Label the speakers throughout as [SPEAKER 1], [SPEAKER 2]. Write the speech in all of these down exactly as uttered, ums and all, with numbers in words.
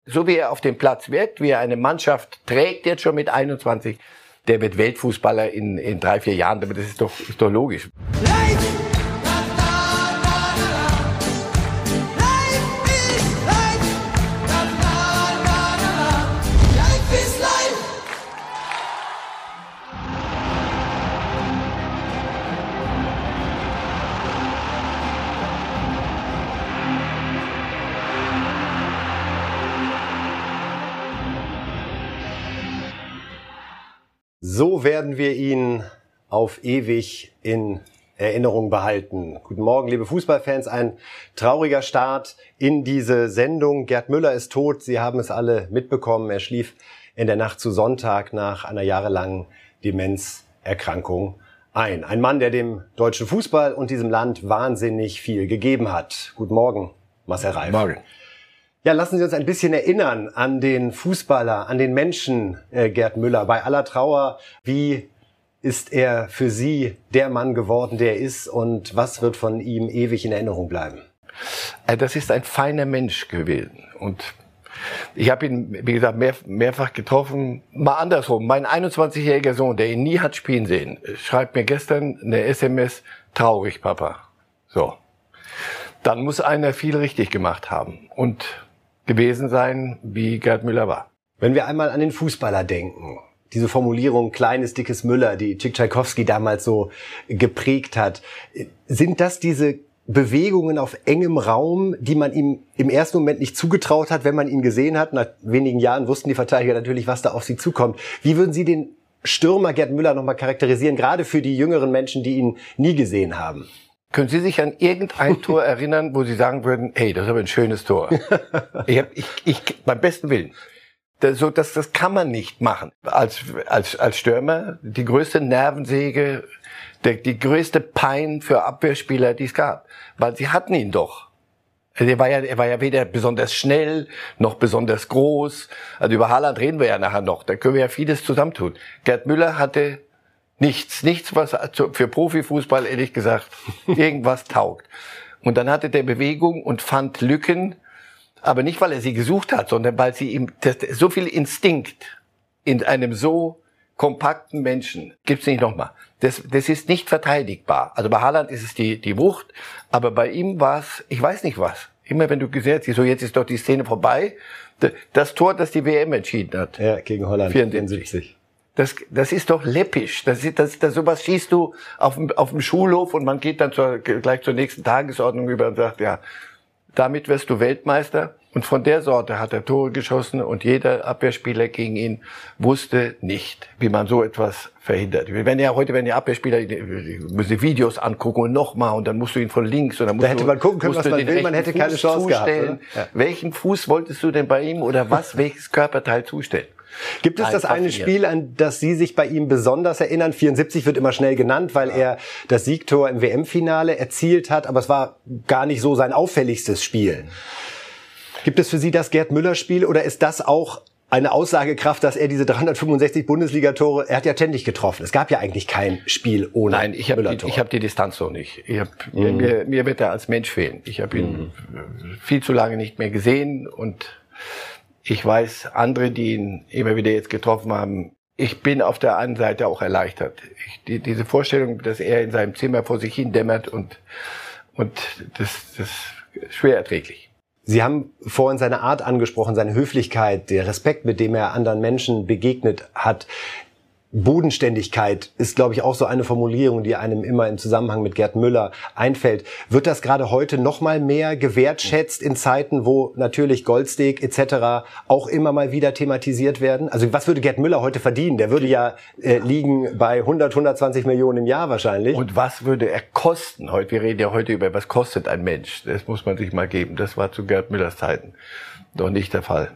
[SPEAKER 1] So wie er auf dem Platz wirkt, wie er eine Mannschaft trägt jetzt schon mit einundzwanzig, der wird Weltfußballer in, in drei, vier Jahren, das ist doch, ist doch logisch.
[SPEAKER 2] So werden wir ihn auf ewig in Erinnerung behalten. Guten Morgen, liebe Fußballfans. Ein trauriger Start in diese Sendung. Gerd Müller ist tot. Sie haben es alle mitbekommen. Er schlief in der Nacht zu Sonntag nach einer jahrelangen Demenzerkrankung ein. Ein Mann, der dem deutschen Fußball und diesem Land wahnsinnig viel gegeben hat. Guten Morgen, Marcel Reif.
[SPEAKER 1] Morgen.
[SPEAKER 2] Ja, lassen Sie uns ein bisschen erinnern an den Fußballer, an den Menschen äh, Gerd Müller. Bei aller Trauer, wie ist er für Sie der Mann geworden, der er ist, und was wird von ihm ewig in Erinnerung bleiben?
[SPEAKER 1] Das ist ein feiner Mensch gewesen, und ich habe ihn, wie gesagt, mehr, mehrfach getroffen. Mal andersrum, mein einundzwanzigjähriger Sohn, der ihn nie hat spielen sehen, schreibt mir gestern eine S M S: traurig, Papa. So. Dann muss einer viel richtig gemacht haben und gewesen sein, wie Gerd Müller war.
[SPEAKER 2] Wenn wir einmal an den Fußballer denken, diese Formulierung kleines, dickes Müller, die Tschaikowski damals so geprägt hat, sind das diese Bewegungen auf engem Raum, die man ihm im ersten Moment nicht zugetraut hat, wenn man ihn gesehen hat? Nach wenigen Jahren wussten die Verteidiger natürlich, was da auf sie zukommt. Wie würden Sie den Stürmer Gerd Müller nochmal charakterisieren, gerade für die jüngeren Menschen, die ihn nie gesehen haben?
[SPEAKER 1] Können Sie sich an irgendein Tor erinnern, wo Sie sagen würden, hey, das ist aber ein schönes Tor? ich hab, ich, ich, beim besten Willen. Das, so, das, das kann man nicht machen. Als, als, als Stürmer die größte Nervensäge, der, die größte Pein für Abwehrspieler, die es gab. Weil sie hatten ihn doch. Er war ja, er war ja weder besonders schnell, noch besonders groß. Also über Haaland reden wir ja nachher noch. Da können wir ja vieles zusammentun. Gerd Müller hatte nichts, nichts, was für Profifußball, ehrlich gesagt, irgendwas taugt. Und dann hatte der Bewegung und fand Lücken, aber nicht, weil er sie gesucht hat, sondern weil sie ihm, das, so viel Instinkt in einem so kompakten Menschen gibt's nicht nochmal. Das, das ist nicht verteidigbar. Also bei Haaland ist es die, die Wucht, aber bei ihm war es, ich weiß nicht was. Immer wenn du gesehen hast, so jetzt ist doch die Szene vorbei. Das Tor, das die W M entschieden hat.
[SPEAKER 2] Ja, gegen Holland.
[SPEAKER 1] vierundsiebzig. Das, das ist doch läppisch. Das ist, das, das, sowas schießt du auf dem, auf dem Schulhof und man geht dann zur, gleich zur nächsten Tagesordnung über und sagt, ja, damit wirst du Weltmeister. Und von der Sorte hat er Tore geschossen und jeder Abwehrspieler gegen ihn wusste nicht, wie man so etwas verhindert. Wir werden ja heute, wenn die Abwehrspieler, die müssen Videos angucken und nochmal, und dann musst du ihn von links, und dann musst
[SPEAKER 2] da hätte
[SPEAKER 1] du,
[SPEAKER 2] man gucken können, was man will, man hätte keine Chance gehabt. Oder? Ja.
[SPEAKER 1] Welchen Fuß wolltest du denn bei ihm oder was, welches Körperteil zustellen?
[SPEAKER 2] Gibt es das eine Spiel, an das Sie sich bei ihm besonders erinnern? vierundsiebzig wird immer schnell genannt, weil er das Siegtor im W M-Finale erzielt hat, aber es war gar nicht so sein auffälligstes Spiel. Gibt es für Sie das Gerd Müller-Spiel, oder ist das auch eine Aussagekraft, dass er diese dreihundertfünfundsechzig Bundesliga-Tore, er hat ja ständig getroffen. Es gab ja eigentlich kein Spiel ohne
[SPEAKER 1] Nein, ich habe die, ich hab die Distanz noch nicht. Ich hab, mhm. mir, mir wird er als Mensch fehlen. Ich habe ihn mhm. viel zu lange nicht mehr gesehen, und ich weiß, andere, die ihn immer wieder jetzt getroffen haben, ich bin auf der einen Seite auch erleichtert. Ich, die, diese Vorstellung, dass er in seinem Zimmer vor sich hin dämmert, und, und das, das ist schwer erträglich.
[SPEAKER 2] Sie haben vorhin seine Art angesprochen, seine Höflichkeit, der Respekt, mit dem er anderen Menschen begegnet hat. Bodenständigkeit ist, glaube ich, auch so eine Formulierung, die einem immer im Zusammenhang mit Gerd Müller einfällt. Wird das gerade heute noch mal mehr gewertschätzt in Zeiten, wo natürlich Goldsteak et cetera auch immer mal wieder thematisiert werden? Also was würde Gerd Müller heute verdienen? Der würde ja äh, liegen bei hundert, hundertzwanzig Millionen im Jahr wahrscheinlich.
[SPEAKER 1] Und was würde er kosten? Heute, wir reden ja heute über, was kostet ein Mensch? Das muss man sich mal geben. Das war zu Gerd Müllers Zeiten noch nicht der Fall.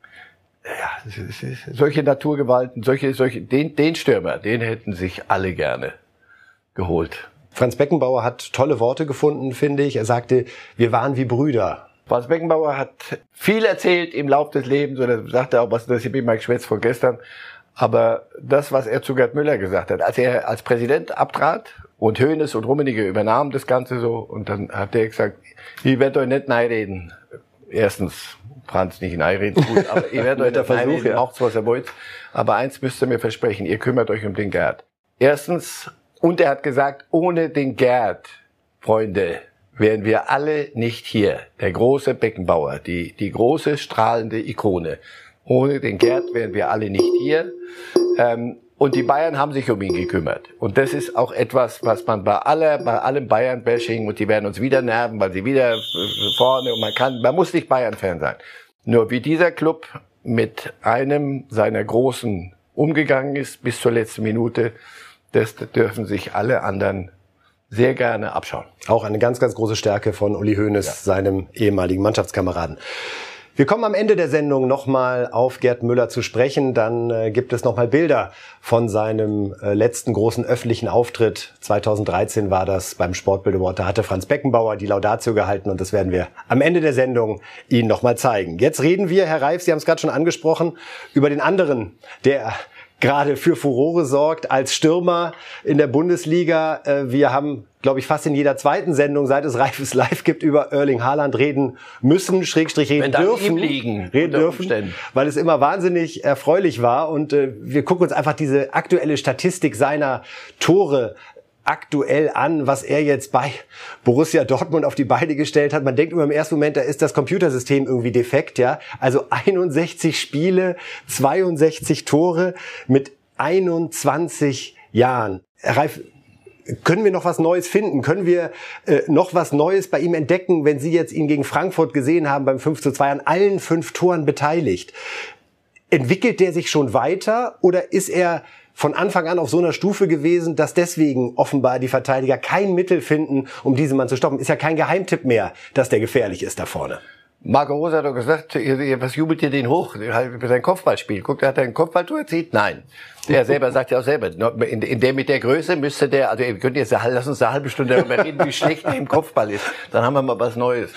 [SPEAKER 1] Ja, das ist, das ist, solche Naturgewalten, solche, solche, den, den Stürmer, den hätten sich alle gerne geholt.
[SPEAKER 2] Franz Beckenbauer hat tolle Worte gefunden, finde ich. Er sagte, wir waren wie Brüder.
[SPEAKER 1] Franz Beckenbauer hat viel erzählt im Lauf des Lebens, und er sagte auch, was, das ich bin mal geschwätzt von gestern. Aber das, was er zu Gerd Müller gesagt hat, als er als Präsident abtrat und Hoeneß und Rummenigge übernahmen das Ganze so, und dann hat er gesagt, ich werde euch nicht nein reden. erstens, Franz nicht hineinreden, gut, aber ihr werdet euch
[SPEAKER 2] der
[SPEAKER 1] das Versuch,
[SPEAKER 2] ja.
[SPEAKER 1] macht's, was ihr wollt. Aber eins müsst ihr mir versprechen, ihr kümmert euch um den Gerd. Erstens, und er hat gesagt, ohne den Gerd, Freunde, wären wir alle nicht hier. Der große Beckenbauer, die, die große strahlende Ikone. Ohne den Gerd wären wir alle nicht hier. Ähm, Und die Bayern haben sich um ihn gekümmert. Und das ist auch etwas, was man bei aller, bei allem Bayern-Bashing, und die werden uns wieder nerven, weil sie wieder vorne, und man kann, man muss nicht Bayern-Fan sein. Nur wie dieser Club mit einem seiner Großen umgegangen ist, bis zur letzten Minute, das dürfen sich alle anderen sehr gerne abschauen.
[SPEAKER 2] Auch eine ganz, ganz große Stärke von Uli Hoeneß, ja. seinem ehemaligen Mannschaftskameraden. Wir kommen am Ende der Sendung nochmal auf Gerd Müller zu sprechen. Dann äh, gibt es nochmal Bilder von seinem äh, letzten großen öffentlichen Auftritt. zweitausenddreizehn war das beim Sportbild Award. Da hatte Franz Beckenbauer die Laudatio gehalten und das werden wir am Ende der Sendung Ihnen nochmal zeigen. Jetzt reden wir, Herr Reif, Sie haben es gerade schon angesprochen, über den anderen, der gerade für Furore sorgt als Stürmer in der Bundesliga. Wir haben, glaube ich, fast in jeder zweiten Sendung, seit es Reifes Live gibt, über Erling Haaland reden müssen, Schrägstrich reden dürfen,
[SPEAKER 1] liegen,
[SPEAKER 2] reden dürfen, weil es immer wahnsinnig erfreulich war. Und äh, wir gucken uns einfach diese aktuelle Statistik seiner Tore aktuell an, was er jetzt bei Borussia Dortmund auf die Beine gestellt hat. Man denkt immer im ersten Moment, da ist das Computersystem irgendwie defekt, ja. Also einundsechzig Spiele, zweiundsechzig Tore mit einundzwanzig Jahren. Herr Reif, können wir noch was Neues finden? Können wir äh, noch was Neues bei ihm entdecken, wenn Sie jetzt ihn gegen Frankfurt gesehen haben beim fünf zu zwei an allen fünf Toren beteiligt? Entwickelt der sich schon weiter oder ist er von Anfang an auf so einer Stufe gewesen, dass deswegen offenbar die Verteidiger kein Mittel finden, um diesen Mann zu stoppen? Ist ja kein Geheimtipp mehr, dass der gefährlich ist da vorne.
[SPEAKER 1] Marco Rose hat doch gesagt, was jubelt ihr den hoch? Über sein Kopfballspiel. Guckt, hat er ein Kopfballtor erzielt? Nein. Der selber sagt ja auch selber, in, in der mit der Größe müsste der, also ihr könnt jetzt, lass uns eine halbe Stunde darüber reden, wie schlecht der im Kopfball ist. Dann haben wir mal was Neues.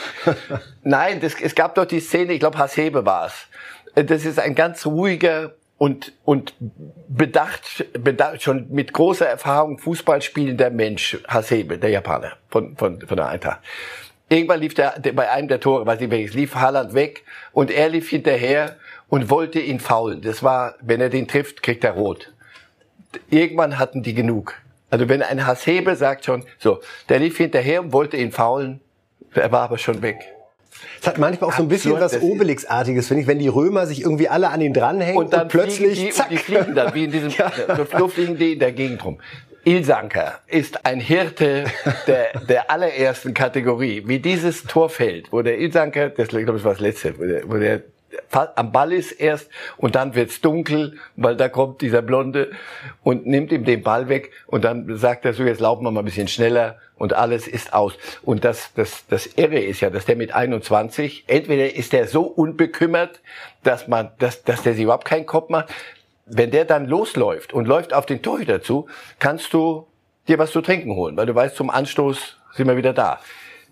[SPEAKER 1] Nein, das, es gab doch die Szene, ich glaube Hasebe war es. Das ist ein ganz ruhiger und und bedacht, bedacht schon mit großer Erfahrung Fußball spielender Mensch, Hasebe, der Japaner von von von der Eintracht. Irgendwann lief der, der bei einem der Tore, weiß nicht welches, lief Haaland weg und er lief hinterher und wollte ihn faulen. Das war, wenn er den trifft, kriegt er rot. Irgendwann hatten die genug. Also wenn ein Hasebe sagt schon, so, der lief hinterher und wollte ihn faulen, er war aber schon weg.
[SPEAKER 2] Es hat manchmal auch so ein bisschen was Obelix-artiges, finde ich, wenn die Römer sich irgendwie alle an ihn dranhängen und, dann und plötzlich
[SPEAKER 1] die,
[SPEAKER 2] zack.
[SPEAKER 1] Und die fliegen dann, wie in diesem, ja. so, so fliegen die in der Gegend rum. Ilsanker ist ein Hirte der, der allerersten Kategorie. Wie dieses Tor fällt, wo der Ilsanker, das glaube ich war das letzte, wo der, wo der am Ball ist erst und dann wird's dunkel, weil da kommt dieser Blonde und nimmt ihm den Ball weg und dann sagt er so, jetzt laufen wir mal ein bisschen schneller und alles ist aus. Und das, das, das Irre ist ja, dass der mit einundzwanzig, entweder ist der so unbekümmert, dass man, dass, dass der sich überhaupt keinen Kopf macht. Wenn der dann losläuft und läuft auf den Torhüter zu, kannst du dir was zu trinken holen, weil du weißt, zum Anstoß sind wir wieder da.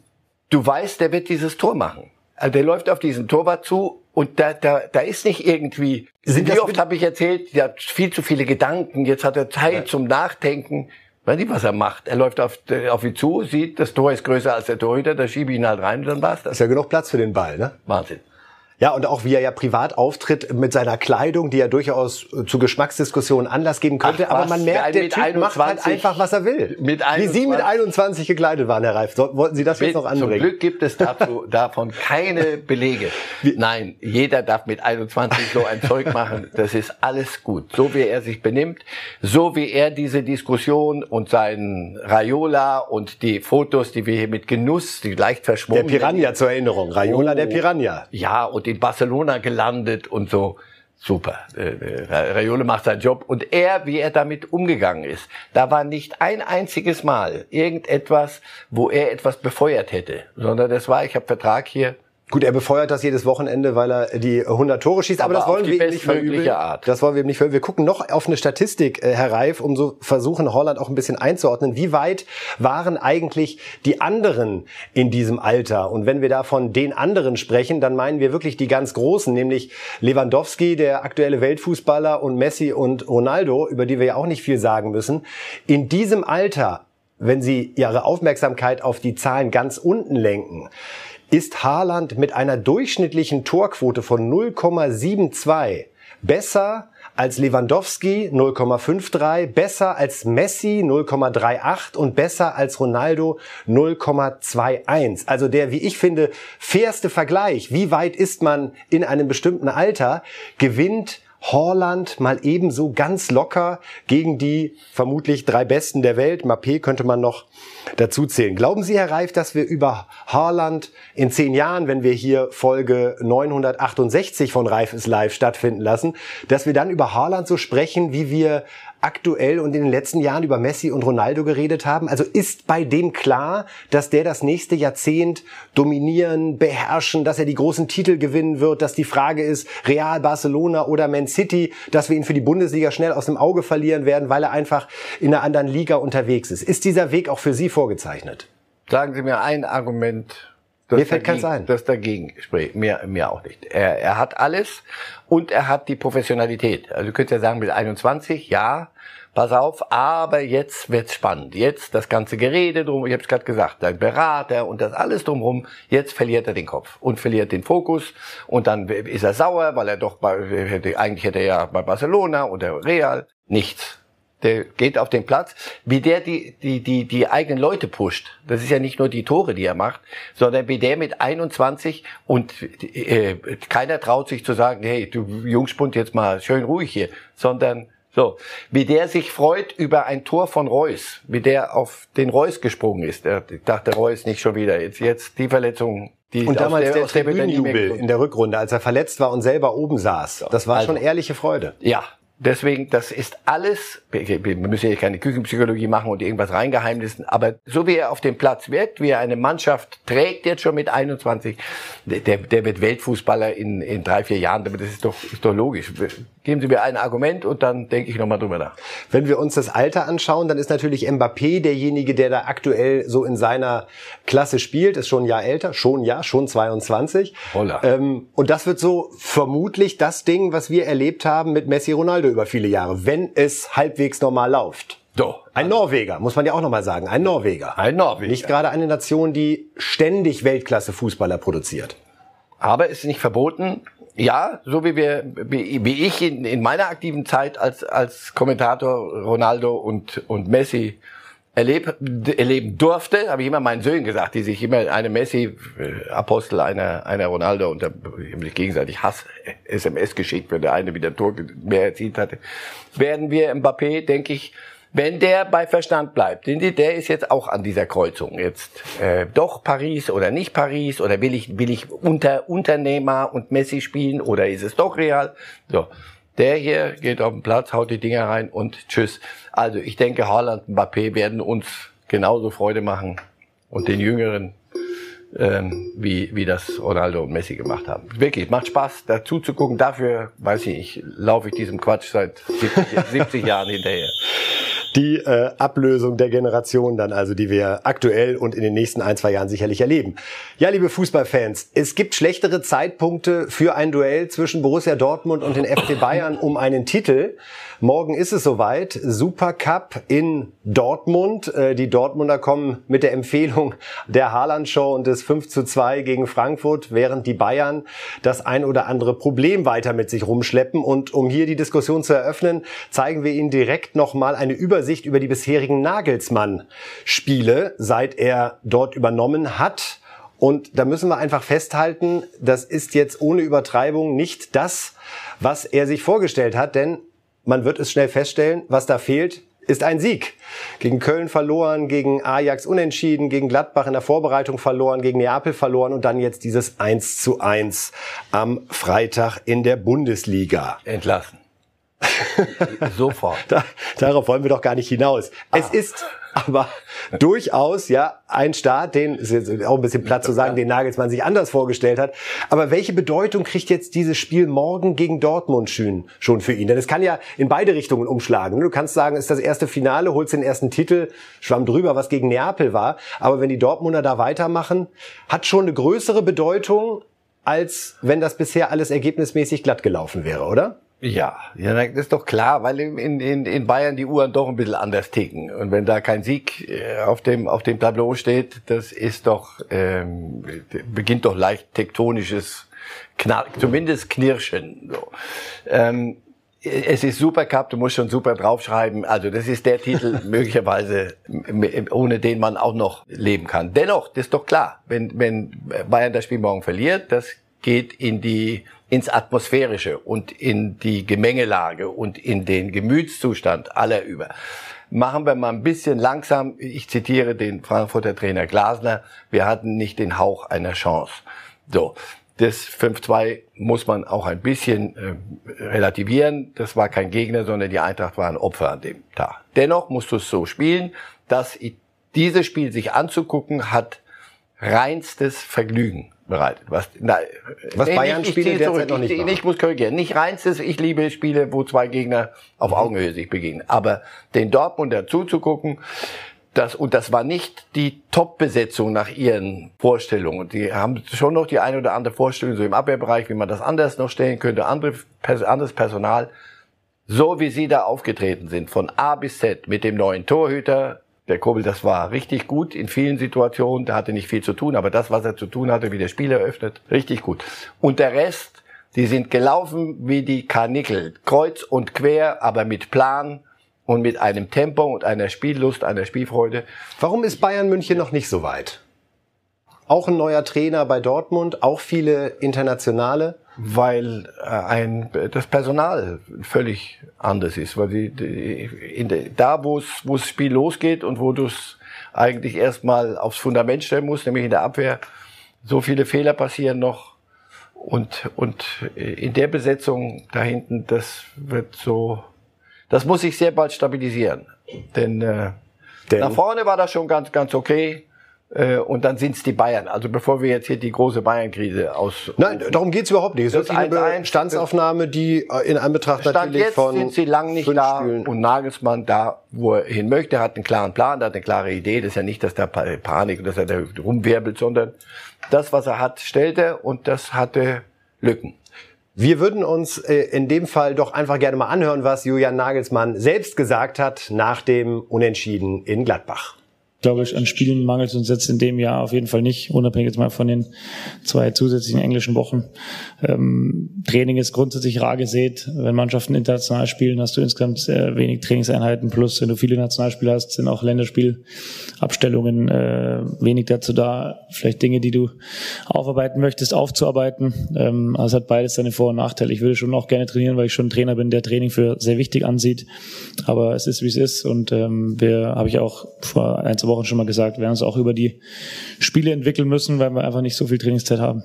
[SPEAKER 1] Du weißt, der wird dieses Tor machen. Also der läuft auf diesen Torwart zu und da, da, da ist nicht irgendwie, sind wie oft habe ich erzählt, der hat viel zu viele Gedanken, jetzt hat er Zeit ja. zum Nachdenken. Weiß nicht, was er macht. Er läuft auf, auf ihn zu, sieht, das Tor ist größer als der Torhüter, da schiebe ich ihn halt rein und dann war's das.
[SPEAKER 2] Ist ja genug Platz für den Ball, ne?
[SPEAKER 1] Wahnsinn.
[SPEAKER 2] Ja, und auch wie er ja privat auftritt mit seiner Kleidung, die ja durchaus zu Geschmacksdiskussionen Anlass geben könnte. Ach, aber man merkt, der Typ macht halt einfach, was er will.
[SPEAKER 1] Mit
[SPEAKER 2] wie Sie mit einundzwanzig gekleidet waren, Herr Reif. Wollten Sie das mit, jetzt noch anbringen?
[SPEAKER 1] Zum Glück gibt es dazu, davon keine Belege. Wie? Nein, jeder darf mit einundzwanzig so ein Zeug machen. Das ist alles gut. So wie er sich benimmt, so wie er diese Diskussion und seinen Raiola und die Fotos, die wir hier mit Genuss, die leicht verschwommen.
[SPEAKER 2] Der Piranha zur Erinnerung. Raiola, oh, der Piranha.
[SPEAKER 1] Ja, und in Barcelona gelandet und so. Super. Raiola macht seinen Job. Und er, wie er damit umgegangen ist, da war nicht ein einziges Mal irgendetwas, wo er etwas befeuert hätte, sondern das war, ich habe Vertrag hier.
[SPEAKER 2] Gut, er befeuert das jedes Wochenende, weil er die hundert Tore schießt, aber, aber das wollen wir ihm nicht verübeln.
[SPEAKER 1] Art.
[SPEAKER 2] Das wollen wir ihm nicht verübeln. Wir gucken noch auf eine Statistik, Herr Reif, um so versuchen, Holland auch ein bisschen einzuordnen. Wie weit waren eigentlich die anderen in diesem Alter? Und wenn wir da von den anderen sprechen, dann meinen wir wirklich die ganz Großen, nämlich Lewandowski, der aktuelle Weltfußballer, und Messi und Ronaldo, über die wir ja auch nicht viel sagen müssen. In diesem Alter, wenn Sie Ihre Aufmerksamkeit auf die Zahlen ganz unten lenken, ist Haaland mit einer durchschnittlichen Torquote von null Komma zweiundsiebzig besser als Lewandowski null Komma dreiundfünfzig, besser als Messi null Komma achtunddreißig und besser als Ronaldo null Komma einundzwanzig. Also der, wie ich finde, fairste Vergleich, wie weit ist man in einem bestimmten Alter, gewinnt Haaland mal ebenso ganz locker gegen die vermutlich drei Besten der Welt. Mbappé könnte man noch dazu zählen. Glauben Sie, Herr Reif, dass wir über Haaland in zehn Jahren, wenn wir hier Folge neunhundertachtundsechzig von Reif ist live stattfinden lassen, dass wir dann über Haaland so sprechen, wie wir aktuell und in den letzten Jahren über Messi und Ronaldo geredet haben? Also ist bei dem klar, dass der das nächste Jahrzehnt dominieren, beherrschen, dass er die großen Titel gewinnen wird, dass die Frage ist, Real, Barcelona oder Man City, dass wir ihn für die Bundesliga schnell aus dem Auge verlieren werden, weil er einfach in einer anderen Liga unterwegs ist. Ist dieser Weg auch für Sie vorgezeichnet?
[SPEAKER 1] Sagen Sie mir ein Argument, das
[SPEAKER 2] mir fällt keins ein.
[SPEAKER 1] Das dagegen spricht. Mir, mir auch nicht. Er, er hat alles und er hat die Professionalität. Also du könntest ja sagen, mit einundzwanzig, ja, pass auf, aber jetzt wird's spannend. Jetzt das ganze Gerede drum, ich habe es gerade gesagt, dein Berater und das alles drumherum, jetzt verliert er den Kopf und verliert den Fokus und dann ist er sauer, weil er doch bei, eigentlich hätte er ja bei Barcelona oder Real nichts. Der geht auf den Platz, wie der die, die, die, die eigenen Leute pusht. Das ist ja nicht nur die Tore, die er macht, sondern wie der mit einundzwanzig und äh, keiner traut sich zu sagen, hey, du Jungspund, jetzt mal schön ruhig hier, sondern so, wie der sich freut über ein Tor von Reus, wie der auf den Reus gesprungen ist. Er dachte, Reus nicht schon wieder, jetzt, jetzt die Verletzung. Die
[SPEAKER 2] und damals der, der
[SPEAKER 1] Tribünenjubel
[SPEAKER 2] in der Rückrunde, als er verletzt war und selber oben saß. Das war also schon ehrliche Freude.
[SPEAKER 1] Ja. Deswegen, das ist alles, wir müssen ja keine Küchenpsychologie machen und irgendwas reingeheimnissen, aber so wie er auf dem Platz wirkt, wie er eine Mannschaft trägt jetzt schon mit einundzwanzig, der, der wird Weltfußballer in, in drei, vier Jahren, das ist doch, ist doch logisch. Geben Sie mir ein Argument und dann denke ich nochmal drüber nach.
[SPEAKER 2] Wenn wir uns das Alter anschauen, dann ist natürlich Mbappé derjenige, der da aktuell so in seiner Klasse spielt, ist schon ein Jahr älter, schon ja, schon zweiundzwanzig.
[SPEAKER 1] Holla.
[SPEAKER 2] Ähm, und das wird so vermutlich das Ding, was wir erlebt haben mit Messi, Ronaldo über viele Jahre, wenn es halbwegs normal läuft.
[SPEAKER 1] So.
[SPEAKER 2] Ein Norweger, muss man ja auch nochmal sagen, ein Norweger.
[SPEAKER 1] Ein Norweger.
[SPEAKER 2] Nicht gerade eine Nation, die ständig Weltklasse-Fußballer produziert.
[SPEAKER 1] Aber es ist nicht verboten. Ja, so wie wir, wie, wie ich in, in meiner aktiven Zeit als, als Kommentator Ronaldo und, und Messi erleb, erleben durfte, habe ich immer meinen Söhnen gesagt, die sich immer eine Messi-Apostel, einer, einer Ronaldo und sich gegenseitig Hass-S M S geschickt, wenn der eine wieder ein Tor mehr erzielt hatte, werden wir Mbappé, denke ich, wenn der bei Verstand bleibt, denn der ist jetzt auch an dieser Kreuzung. Jetzt äh, doch Paris oder nicht Paris oder will ich will ich unter Unternehmer und Messi spielen oder ist es doch Real? So, der hier geht auf den Platz, haut die Dinger rein und tschüss. Also ich denke, Haaland und Mbappé werden uns genauso Freude machen und den Jüngeren, ähm, wie wie das Ronaldo und Messi gemacht haben. Wirklich, macht Spaß, dazu zu gucken. Dafür, weiß ich nicht, laufe ich diesem Quatsch seit siebzig Jahren hinterher.
[SPEAKER 2] Die äh, Ablösung der Generation dann also, die wir aktuell und in den nächsten ein, zwei Jahren sicherlich erleben. Ja, liebe Fußballfans, es gibt schlechtere Zeitpunkte für ein Duell zwischen Borussia Dortmund und den F C Bayern um einen Titel. Morgen ist es soweit, Supercup in Dortmund. Äh, die Dortmunder kommen mit der Empfehlung der Haaland-Show und des fünf zu zwei gegen Frankfurt, während die Bayern das ein oder andere Problem weiter mit sich rumschleppen. Und um hier die Diskussion zu eröffnen, zeigen wir Ihnen direkt nochmal eine Übersicht über die bisherigen Nagelsmann-Spiele, seit er dort übernommen hat. Und da müssen wir einfach festhalten, das ist jetzt ohne Übertreibung nicht das, was er sich vorgestellt hat, denn man wird es schnell feststellen, was da fehlt, ist ein Sieg. Gegen Köln verloren, gegen Ajax unentschieden, gegen Gladbach in der Vorbereitung verloren, gegen Neapel verloren und dann jetzt dieses eins zu eins am Freitag in der Bundesliga.
[SPEAKER 1] Entlassen. Sofort.
[SPEAKER 2] Da, darauf wollen wir doch gar nicht hinaus. Ah. Es ist aber durchaus ja ein Start, den, ist jetzt auch ein bisschen platt zu sagen, den Nagelsmann sich anders vorgestellt hat. Aber welche Bedeutung kriegt jetzt dieses Spiel morgen gegen Dortmund schon für ihn? Denn es kann ja in beide Richtungen umschlagen. Du kannst sagen, es ist das erste Finale, holst den ersten Titel, schwamm drüber, was gegen Neapel war. Aber wenn die Dortmunder da weitermachen, hat schon eine größere Bedeutung, als wenn das bisher alles ergebnismäßig glatt gelaufen wäre, oder?
[SPEAKER 1] Ja, ja, das ist doch klar, weil in, in, in Bayern die Uhren doch ein bisschen anders ticken. Und wenn da kein Sieg auf dem, auf dem Tableau steht, das ist doch, ähm, beginnt doch leicht tektonisches, Knall, zumindest Knirschen. So. Ähm, es ist Supercup, du musst schon super draufschreiben. Also das ist der Titel möglicherweise, ohne den man auch noch leben kann. Dennoch, das ist doch klar, wenn, wenn Bayern das Spiel morgen verliert, das geht in die, ins Atmosphärische und in die Gemengelage und in den Gemütszustand aller über. Machen wir mal ein bisschen langsam. Ich zitiere den Frankfurter Trainer Glasner. Wir hatten nicht den Hauch einer Chance. So. Das fünf zwei muss man auch ein bisschen äh, relativieren. Das war kein Gegner, sondern die Eintracht war ein Opfer an dem Tag. Dennoch musst du es so spielen, dass dieses Spiel sich anzugucken hat reinstes Vergnügen bereitet. Was, na,
[SPEAKER 2] Was
[SPEAKER 1] nee,
[SPEAKER 2] Bayern-Spiele derzeit
[SPEAKER 1] zurück.
[SPEAKER 2] noch nicht
[SPEAKER 1] ich,
[SPEAKER 2] machen.
[SPEAKER 1] ich muss korrigieren. Nicht reinstes, ich liebe Spiele, wo zwei Gegner auf Augenhöhe sich begegnen. Aber den Dortmunder zuzugucken, das, und das war nicht die Top-Besetzung nach ihren Vorstellungen. Die haben schon noch die eine oder andere Vorstellung, so im Abwehrbereich, wie man das anders noch stellen könnte, andere, anderes Personal. So wie sie da aufgetreten sind, von A bis Z, mit dem neuen Torhüter, der Kobel, das war richtig gut in vielen Situationen, der hatte nicht viel zu tun, aber das, was er zu tun hatte, wie der Spiel eröffnet, richtig gut. Und der Rest, die sind gelaufen wie die Karnickel, kreuz und quer, aber mit Plan, und mit einem Tempo und einer Spiellust, einer Spielfreude.
[SPEAKER 2] Warum ist Bayern München noch nicht so weit? Auch ein neuer Trainer bei Dortmund, auch viele Internationale.
[SPEAKER 1] Weil äh, ein das Personal völlig anders ist. Weil die, die, in de, da, wo es wo das Spiel losgeht und wo du es eigentlich erstmal aufs Fundament stellen musst, nämlich in der Abwehr, so viele Fehler passieren noch. Und, und in der Besetzung da hinten, das wird so... Das muss sich sehr bald stabilisieren, denn, äh, denn nach vorne war das schon ganz, ganz okay. Äh, und dann sind's die Bayern. Also bevor wir jetzt hier die große Bayern-Krise aus...
[SPEAKER 2] Nein, darum geht's überhaupt nicht. Es ist wirklich eine Bestandsaufnahme, die in Anbetracht natürlich
[SPEAKER 1] jetzt
[SPEAKER 2] von
[SPEAKER 1] sind sie lang nicht da
[SPEAKER 2] Spielen.
[SPEAKER 1] Und Nagelsmann da, wo er hin möchte, hat einen klaren Plan, hat eine klare Idee. Das ist ja nicht, dass da Panik und dass er da rumwirbelt, sondern das, was er hat, stellt er und das hatte Lücken.
[SPEAKER 2] Wir würden uns äh, in dem Fall doch einfach gerne mal anhören, was Julian Nagelsmann selbst gesagt hat nach dem Unentschieden in Gladbach.
[SPEAKER 3] Ich glaube, an Spielen mangelt es uns jetzt in dem Jahr auf jeden Fall nicht, unabhängig jetzt mal von den zwei zusätzlichen englischen Wochen. Ähm, Training ist grundsätzlich rar gesät. Wenn Mannschaften international spielen, hast du insgesamt sehr wenig Trainingseinheiten. Plus, wenn du viele Nationalspiele hast, sind auch Länderspielabstellungen äh, wenig dazu da, vielleicht Dinge, die du aufarbeiten möchtest, aufzuarbeiten. Ähm, also es hat beides seine Vor- und Nachteile. Ich würde schon auch gerne trainieren, weil ich schon ein Trainer bin, der Training für sehr wichtig ansieht. Aber es ist, wie es ist. Und ähm, wir, habe ich auch vor ein, zwei Wochen schon mal gesagt, wir werden uns auch über die Spiele entwickeln müssen, weil wir einfach nicht so viel Trainingszeit haben.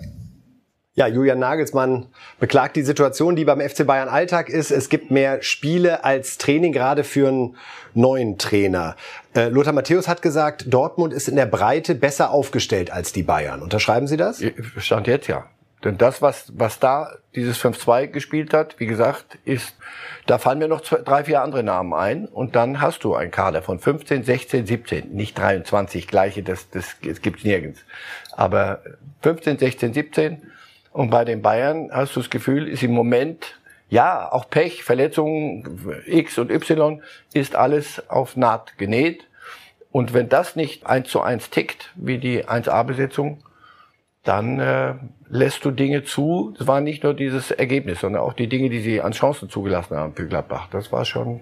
[SPEAKER 2] Ja, Julian Nagelsmann beklagt die Situation, die beim F C Bayern Alltag ist. Es gibt mehr Spiele als Training, gerade für einen neuen Trainer. Äh, Lothar Matthäus hat gesagt, Dortmund ist in der Breite besser aufgestellt als die Bayern. Unterschreiben Sie das?
[SPEAKER 1] Stand jetzt ja. Denn das, was, was da dieses fünf zwei gespielt hat, wie gesagt, ist, da fallen mir noch zwei, drei, vier andere Namen ein. Und dann hast du einen Kader von fünfzehn, sechzehn, siebzehn, nicht dreiundzwanzig, gleiche, das, das, das gibt's nirgends. Aber fünfzehn, sechzehn, siebzehn. Und bei den Bayern hast du das Gefühl, ist im Moment, ja, auch Pech, Verletzungen, X und Y, ist alles auf Naht genäht. Und wenn das nicht eins zu eins tickt, wie die eins A-Besetzung, dann äh, lässt du Dinge zu. Es war nicht nur dieses Ergebnis, sondern auch die Dinge, die sie an Chancen zugelassen haben für Gladbach. Das war schon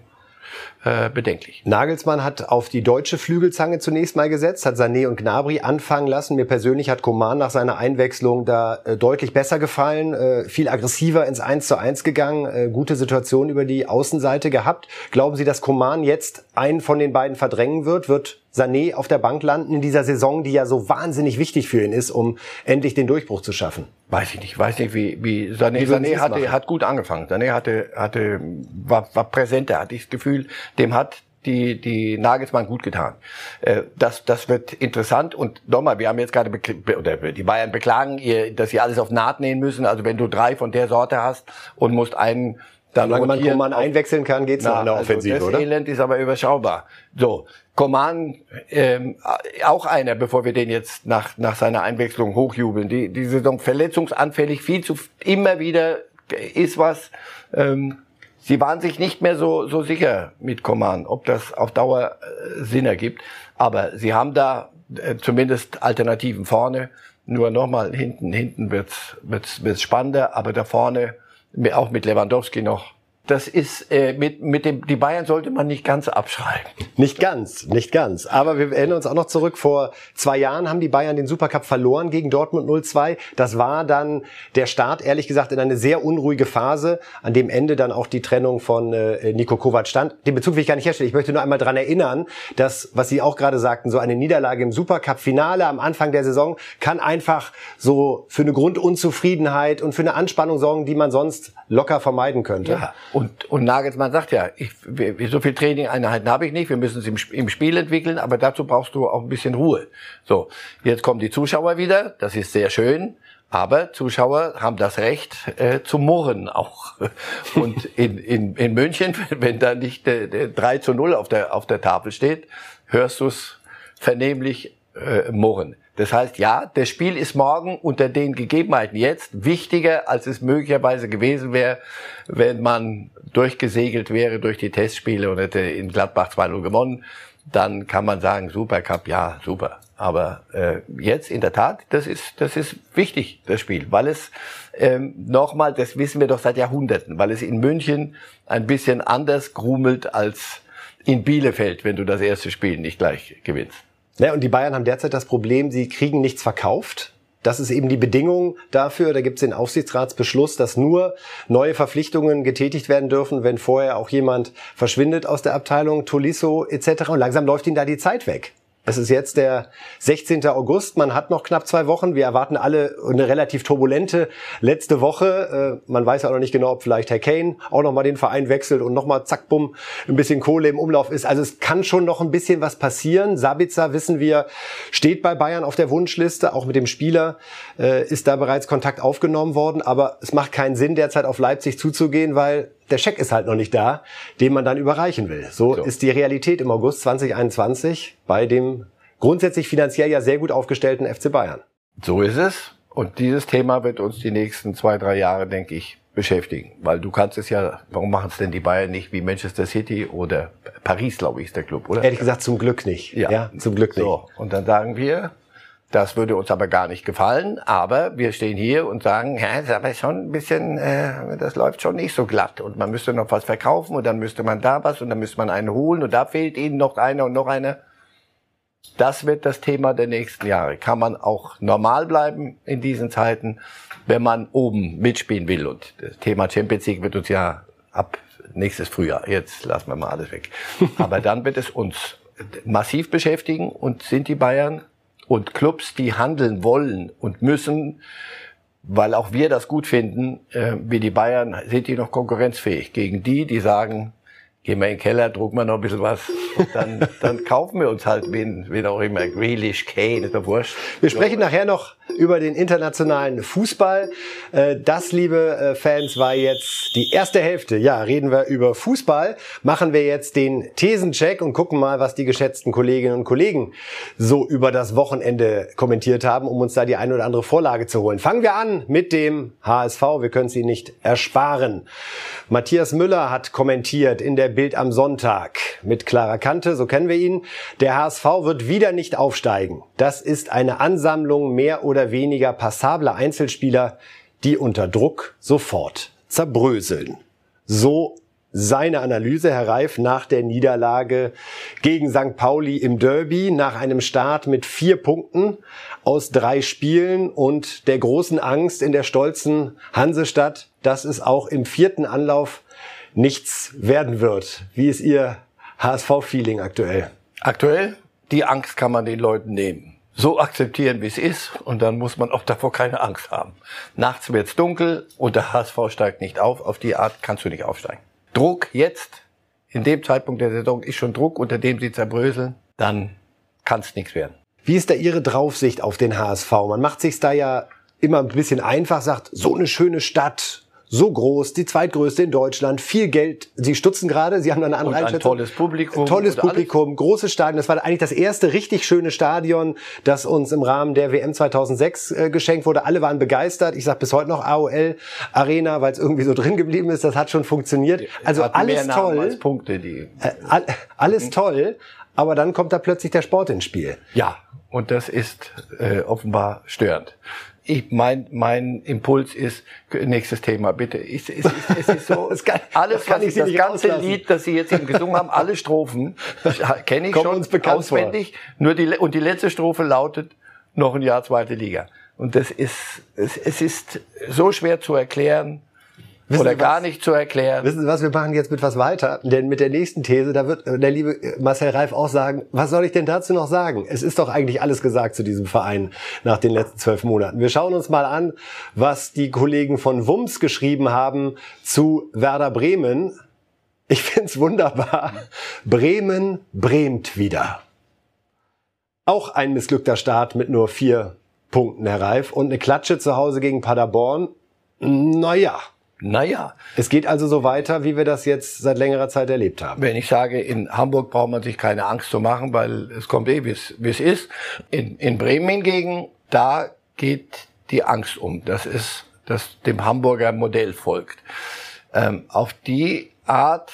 [SPEAKER 1] äh, bedenklich.
[SPEAKER 2] Nagelsmann hat auf die deutsche Flügelzange zunächst mal gesetzt, hat Sané und Gnabry anfangen lassen. Mir persönlich hat Coman nach seiner Einwechslung da äh, deutlich besser gefallen, äh, viel aggressiver ins eins zu eins gegangen, äh, gute Situation über die Außenseite gehabt. Glauben Sie, dass Coman jetzt einen von den beiden verdrängen wird? Wird Sané auf der Bank landen in dieser Saison, die ja so wahnsinnig wichtig für ihn ist, um endlich den Durchbruch zu schaffen?
[SPEAKER 1] Weiß ich nicht, weiß nicht, wie, wie Sané, wie Sané hatte, hat gut angefangen. Sané hatte, hatte, war, war präsenter, hatte ich das Gefühl, dem hat die, die Nagelsmann gut getan. Das, das wird interessant. Und nochmal, wir haben jetzt gerade, oder die Bayern beklagen, ihr, dass sie alles auf Naht nähen müssen. Also wenn du drei von der Sorte hast und musst einen dann
[SPEAKER 2] solange man Coman einwechseln kann, geht's noch in der Offensive,
[SPEAKER 1] also das
[SPEAKER 2] oder?
[SPEAKER 1] Das Elend ist aber überschaubar. So, Coman, ähm, auch einer, bevor wir den jetzt nach nach seiner Einwechslung hochjubeln. Die, die Saison verletzungsanfällig, viel zu immer wieder ist was. Ähm, sie waren sich nicht mehr so, so sicher mit Coman, ob das auf Dauer äh, Sinn ergibt. Aber sie haben da äh, zumindest Alternativen vorne. Nur nochmal hinten, hinten wird's, wird's, wird's spannender. Aber da vorne, auch mit Lewandowski noch. Das ist, äh, mit, mit dem, die Bayern sollte man nicht ganz abschreiben.
[SPEAKER 2] Nicht ganz, nicht ganz. Aber wir erinnern uns auch noch zurück, vor zwei Jahren haben die Bayern den Supercup verloren gegen Dortmund null zwei. Das war dann der Start, ehrlich gesagt, in eine sehr unruhige Phase, an dem Ende dann auch die Trennung von äh, Niko Kovac stand. Den Bezug will ich gar nicht herstellen. Ich möchte nur einmal dran erinnern, dass, was Sie auch gerade sagten, so eine Niederlage im Supercup-Finale am Anfang der Saison kann einfach so für eine Grundunzufriedenheit und für eine Anspannung sorgen, die man sonst locker vermeiden könnte.
[SPEAKER 1] Ja. Und, und Nagelsmann sagt ja, ich, so viel Trainingeinheiten habe ich nicht, wir müssen es im, im Spiel entwickeln, aber dazu brauchst du auch ein bisschen Ruhe. So, jetzt kommen die Zuschauer wieder, das ist sehr schön, aber Zuschauer haben das Recht äh, zu murren auch. Und in, in, in München, wenn da nicht äh, drei zu null auf der, auf der Tafel steht, hörst du es vernehmlich äh, murren. Das heißt, ja, das Spiel ist morgen unter den Gegebenheiten jetzt wichtiger, als es möglicherweise gewesen wäre, wenn man durchgesegelt wäre durch die Testspiele und hätte in Gladbach zwei null gewonnen. Dann kann man sagen, Supercup, ja, super. Aber äh, jetzt in der Tat, das ist das ist wichtig, das Spiel, weil es ähm, nochmal, das wissen wir doch seit Jahrhunderten, weil es in München ein bisschen anders grumelt als in Bielefeld, wenn du das erste Spiel nicht gleich gewinnst.
[SPEAKER 2] Ja, und die Bayern haben derzeit das Problem, sie kriegen nichts verkauft. Das ist eben die Bedingung dafür. Da gibt es den Aufsichtsratsbeschluss, dass nur neue Verpflichtungen getätigt werden dürfen, wenn vorher auch jemand verschwindet aus der Abteilung, Tolisso et cetera. Und langsam läuft ihnen da die Zeit weg. Es ist jetzt der sechzehnten August, man hat noch knapp zwei Wochen. Wir erwarten alle eine relativ turbulente letzte Woche. Man weiß ja auch noch nicht genau, ob vielleicht Herr Kane auch noch mal den Verein wechselt und noch mal zack, bumm, ein bisschen Kohle im Umlauf ist. Also es kann schon noch ein bisschen was passieren. Sabitzer, wissen wir, steht bei Bayern auf der Wunschliste. Auch mit dem Spieler äh, ist da bereits Kontakt aufgenommen worden. Aber es macht keinen Sinn, derzeit auf Leipzig zuzugehen, weil der Scheck ist halt noch nicht da, den man dann überreichen will. So, so ist die Realität im August zwanzig einundzwanzig bei dem grundsätzlich finanziell ja sehr gut aufgestellten F C Bayern.
[SPEAKER 1] So ist es. Und dieses Thema wird uns die nächsten zwei, drei Jahre, denke ich, beschäftigen. Weil du kannst es ja, warum machen es denn die Bayern nicht wie Manchester City oder Paris, glaube ich, ist der Club, oder?
[SPEAKER 2] Ehrlich gesagt, zum Glück nicht. Ja, ja zum Glück nicht.
[SPEAKER 1] So, und dann sagen wir, das würde uns aber gar nicht gefallen, aber wir stehen hier und sagen, ja, das ist aber schon ein bisschen, äh, das läuft schon nicht so glatt und man müsste noch was verkaufen und dann müsste man da was und dann müsste man einen holen und da fehlt ihnen noch einer und noch einer. Das wird das Thema der nächsten Jahre. Kann man auch normal bleiben in diesen Zeiten, wenn man oben mitspielen will? Und das Thema Champions League wird uns ja ab nächstes Frühjahr, jetzt lassen wir mal alles weg. Aber dann wird es uns massiv beschäftigen und sind die Bayern und Clubs, die handeln wollen und müssen, weil auch wir das gut finden, äh, wie die Bayern, sind die noch konkurrenzfähig gegen die, die sagen, gehen wir in den Keller, drucken wir noch ein bisschen was und dann, dann kaufen wir uns halt wen, wen auch immer, Grealish, Kane, ist doch wurscht.
[SPEAKER 2] Wir sprechen so. Nachher noch über den internationalen Fußball. Das, liebe Fans, war jetzt die erste Hälfte. Ja, reden wir über Fußball. Machen wir jetzt den Thesencheck und gucken mal, was die geschätzten Kolleginnen und Kollegen so über das Wochenende kommentiert haben, um uns da die eine oder andere Vorlage zu holen. Fangen wir an mit dem H S V. Wir können es Ihnen nicht ersparen. Matthias Müller hat kommentiert in der Bild am Sonntag mit klarer Kante, so kennen wir ihn. Der H S V wird wieder nicht aufsteigen. Das ist eine Ansammlung mehr oder weniger passabler Einzelspieler, die unter Druck sofort zerbröseln. So seine Analyse, Herr Reif, nach der Niederlage gegen Sankt Pauli im Derby, nach einem Start mit vier Punkten aus drei Spielen und der großen Angst in der stolzen Hansestadt, dass es auch im vierten Anlauf nichts werden wird. Wie ist Ihr H S V-Feeling aktuell?
[SPEAKER 1] Aktuell? Die Angst kann man den Leuten nehmen. So akzeptieren, wie es ist, und dann muss man auch davor keine Angst haben. Nachts wird's dunkel und der H S V steigt nicht auf. Auf die Art kannst du nicht aufsteigen. Druck jetzt, in dem Zeitpunkt der Saison, ist schon Druck, unter dem sie zerbröseln, dann kann's nichts werden.
[SPEAKER 2] Wie ist da Ihre Draufsicht auf den H S V? Man macht sich's da ja immer ein bisschen einfach, sagt, so eine schöne Stadt, so groß, die zweitgrößte in Deutschland, viel Geld. Sie stutzen gerade, Sie haben eine andere
[SPEAKER 1] und ein
[SPEAKER 2] Einschätzung.
[SPEAKER 1] tolles Publikum.
[SPEAKER 2] Tolles Publikum, großes Stadion. Das war eigentlich das erste richtig schöne Stadion, das uns im Rahmen der W M zweitausendsechs äh, geschenkt wurde. Alle waren begeistert. Ich sage bis heute noch A O L Arena, weil es irgendwie so drin geblieben ist. Das hat schon funktioniert. Also alles toll.
[SPEAKER 1] Als Punkte, die
[SPEAKER 2] äh, all, alles mhm. toll. Aber dann kommt da plötzlich der Sport ins Spiel.
[SPEAKER 1] Ja, und das ist äh, offenbar störend. Ich, mein, mein Impuls ist, nächstes Thema, bitte. Es, es, es, es ist so,
[SPEAKER 2] das kann,
[SPEAKER 1] alles,
[SPEAKER 2] das, kann
[SPEAKER 1] was,
[SPEAKER 2] ich Sie
[SPEAKER 1] das
[SPEAKER 2] nicht
[SPEAKER 1] ganze
[SPEAKER 2] rauslassen.
[SPEAKER 1] Lied, das Sie jetzt eben gesungen haben, alle Strophen, kenne ich
[SPEAKER 2] Kommt
[SPEAKER 1] schon
[SPEAKER 2] uns bekannt
[SPEAKER 1] auswendig. Nur die, und die letzte Strophe lautet, noch ein Jahr zweite Liga. Und das ist, es, es ist so schwer zu erklären.
[SPEAKER 2] Wissen
[SPEAKER 1] Oder
[SPEAKER 2] Sie
[SPEAKER 1] gar
[SPEAKER 2] was?
[SPEAKER 1] nicht zu erklären.
[SPEAKER 2] Wissen Sie was, wir machen jetzt mit was weiter, denn mit der nächsten These, da wird der liebe Marcel Reif auch sagen, was soll ich denn dazu noch sagen? Es ist doch eigentlich alles gesagt zu diesem Verein nach den letzten zwölf Monaten. Wir schauen uns mal an, was die Kollegen von Wums geschrieben haben zu Werder Bremen. Ich find's wunderbar. Bremen bremt wieder. Auch ein missglückter Start mit nur vier Punkten, Herr Reif, und eine Klatsche zu Hause gegen Paderborn. Naja.
[SPEAKER 1] Naja.
[SPEAKER 2] Es geht also so weiter, wie wir das jetzt seit längerer Zeit erlebt haben.
[SPEAKER 1] Wenn ich sage, in Hamburg braucht man sich keine Angst zu machen, weil es kommt eh, wie es, wie es ist. In, in Bremen hingegen, da geht die Angst um. Das ist, das dem Hamburger Modell folgt. Ähm, auf die Art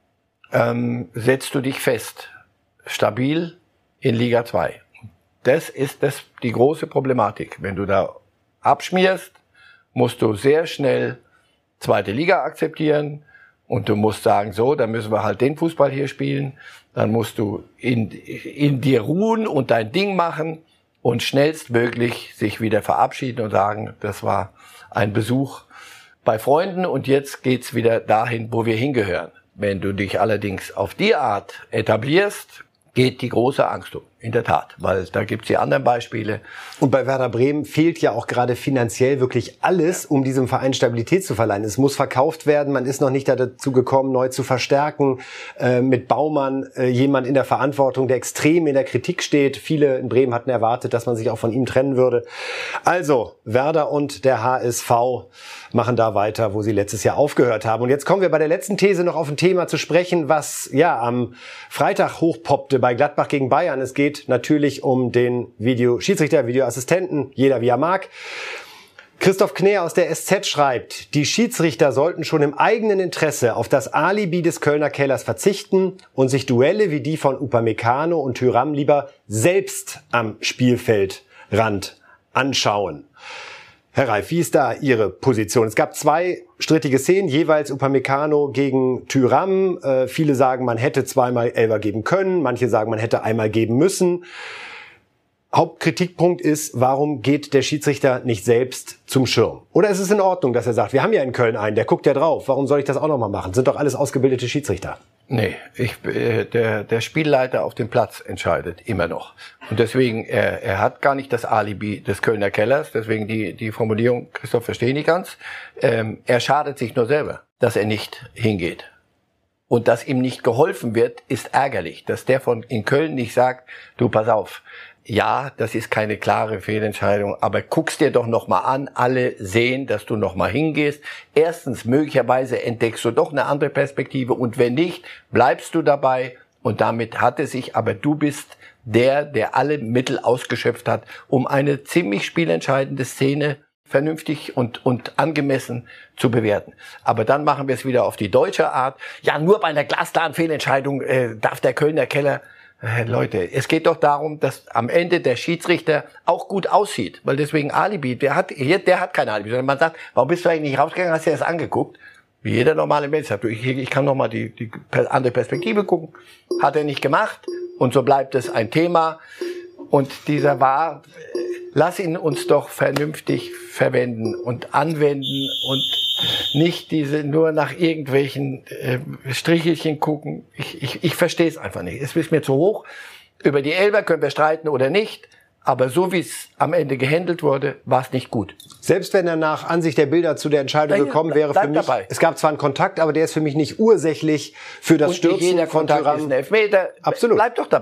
[SPEAKER 1] ähm, setzt du dich fest. Stabil in Liga zwei. Das ist das, die große Problematik. Wenn du da abschmierst, musst du sehr schnell zweite Liga akzeptieren und du musst sagen, so, dann müssen wir halt den Fußball hier spielen. Dann musst du in, in dir ruhen und dein Ding machen und schnellstmöglich sich wieder verabschieden und sagen, das war ein Besuch bei Freunden und jetzt geht's wieder dahin, wo wir hingehören. Wenn du dich allerdings auf die Art etablierst, geht die große Angst um. In der Tat, weil da gibt's die anderen Beispiele.
[SPEAKER 2] Und bei Werder Bremen fehlt ja auch gerade finanziell wirklich alles, um diesem Verein Stabilität zu verleihen. Es muss verkauft werden, man ist noch nicht dazu gekommen, neu zu verstärken. Äh, mit Baumann äh, jemand in der Verantwortung, der extrem in der Kritik steht. Viele in Bremen hatten erwartet, dass man sich auch von ihm trennen würde. Also, Werder und der H S V machen da weiter, wo sie letztes Jahr aufgehört haben. Und jetzt kommen wir bei der letzten These noch auf ein Thema zu sprechen, was ja am Freitag hochpoppte bei Gladbach gegen Bayern. Es geht natürlich um den Videoschiedsrichter, Videoassistenten, jeder wie er mag. Christoph Knär aus der S Z schreibt, die Schiedsrichter sollten schon im eigenen Interesse auf das Alibi des Kölner Kellers verzichten und sich Duelle wie die von Upamecano und Thuram lieber selbst am Spielfeldrand anschauen. Herr Reif, wie ist da Ihre Position? Es gab zwei strittige Szenen, jeweils Upamecano gegen Thuram. Äh, viele sagen, man hätte zweimal Elfer geben können, manche sagen, man hätte einmal geben müssen. Hauptkritikpunkt ist, warum geht der Schiedsrichter nicht selbst zum Schirm? Oder ist es in Ordnung, dass er sagt, wir haben ja in Köln einen, der guckt ja drauf, warum soll ich das auch nochmal machen? Sind doch alles ausgebildete Schiedsrichter.
[SPEAKER 1] Nee, ich, äh, der, der Spielleiter auf dem Platz entscheidet immer noch. Und deswegen, er, er hat gar nicht das Alibi des Kölner Kellers, deswegen die, die Formulierung, Christoph, verstehe ich nicht ganz. Ähm, er schadet sich nur selber, dass er nicht hingeht. Und dass ihm nicht geholfen wird, ist ärgerlich. Dass der von in Köln nicht sagt, du, pass auf, ja, das ist keine klare Fehlentscheidung, aber guck's dir doch noch mal an, alle sehen, dass du noch mal hingehst. Erstens, möglicherweise entdeckst du doch eine andere Perspektive und wenn nicht, bleibst du dabei und damit hat es sich, aber du bist der, der alle Mittel ausgeschöpft hat, um eine ziemlich spielentscheidende Szene vernünftig und, und angemessen zu bewerten. Aber dann machen wir es wieder auf die deutsche Art. Ja, nur bei einer glasklaren Fehlentscheidung äh, darf der Kölner Keller. Äh, Leute, es geht doch darum, dass am Ende der Schiedsrichter auch gut aussieht. Weil deswegen Alibi, der hat, der hat kein Alibi. Sondern man sagt, warum bist du eigentlich nicht rausgegangen, hast du dir das angeguckt? Wie jeder normale Mensch sagt, ich, ich kann noch mal die, die andere Perspektive gucken. Hat er nicht gemacht. Und so bleibt es ein Thema. Und dieser war, lass ihn uns doch vernünftig verwenden und anwenden und nicht diese nur nach irgendwelchen äh, Strichelchen gucken. Ich, ich, ich verstehe es einfach nicht. Es ist mir zu hoch. Über die Elfer können wir streiten oder nicht. Aber so wie es am Ende gehandelt wurde, war es nicht gut.
[SPEAKER 2] Selbst wenn er nach Ansicht der Bilder zu der Entscheidung
[SPEAKER 1] ja,
[SPEAKER 2] gekommen wäre, für mich,
[SPEAKER 1] dabei.
[SPEAKER 2] Es gab zwar einen Kontakt, aber der ist für mich nicht ursächlich für das
[SPEAKER 1] und
[SPEAKER 2] Stürzen
[SPEAKER 1] jeder
[SPEAKER 2] von
[SPEAKER 1] Kontakt
[SPEAKER 2] Thuram.
[SPEAKER 1] ist ein Elfmeter.
[SPEAKER 2] Absolut.
[SPEAKER 1] Bleib doch dabei.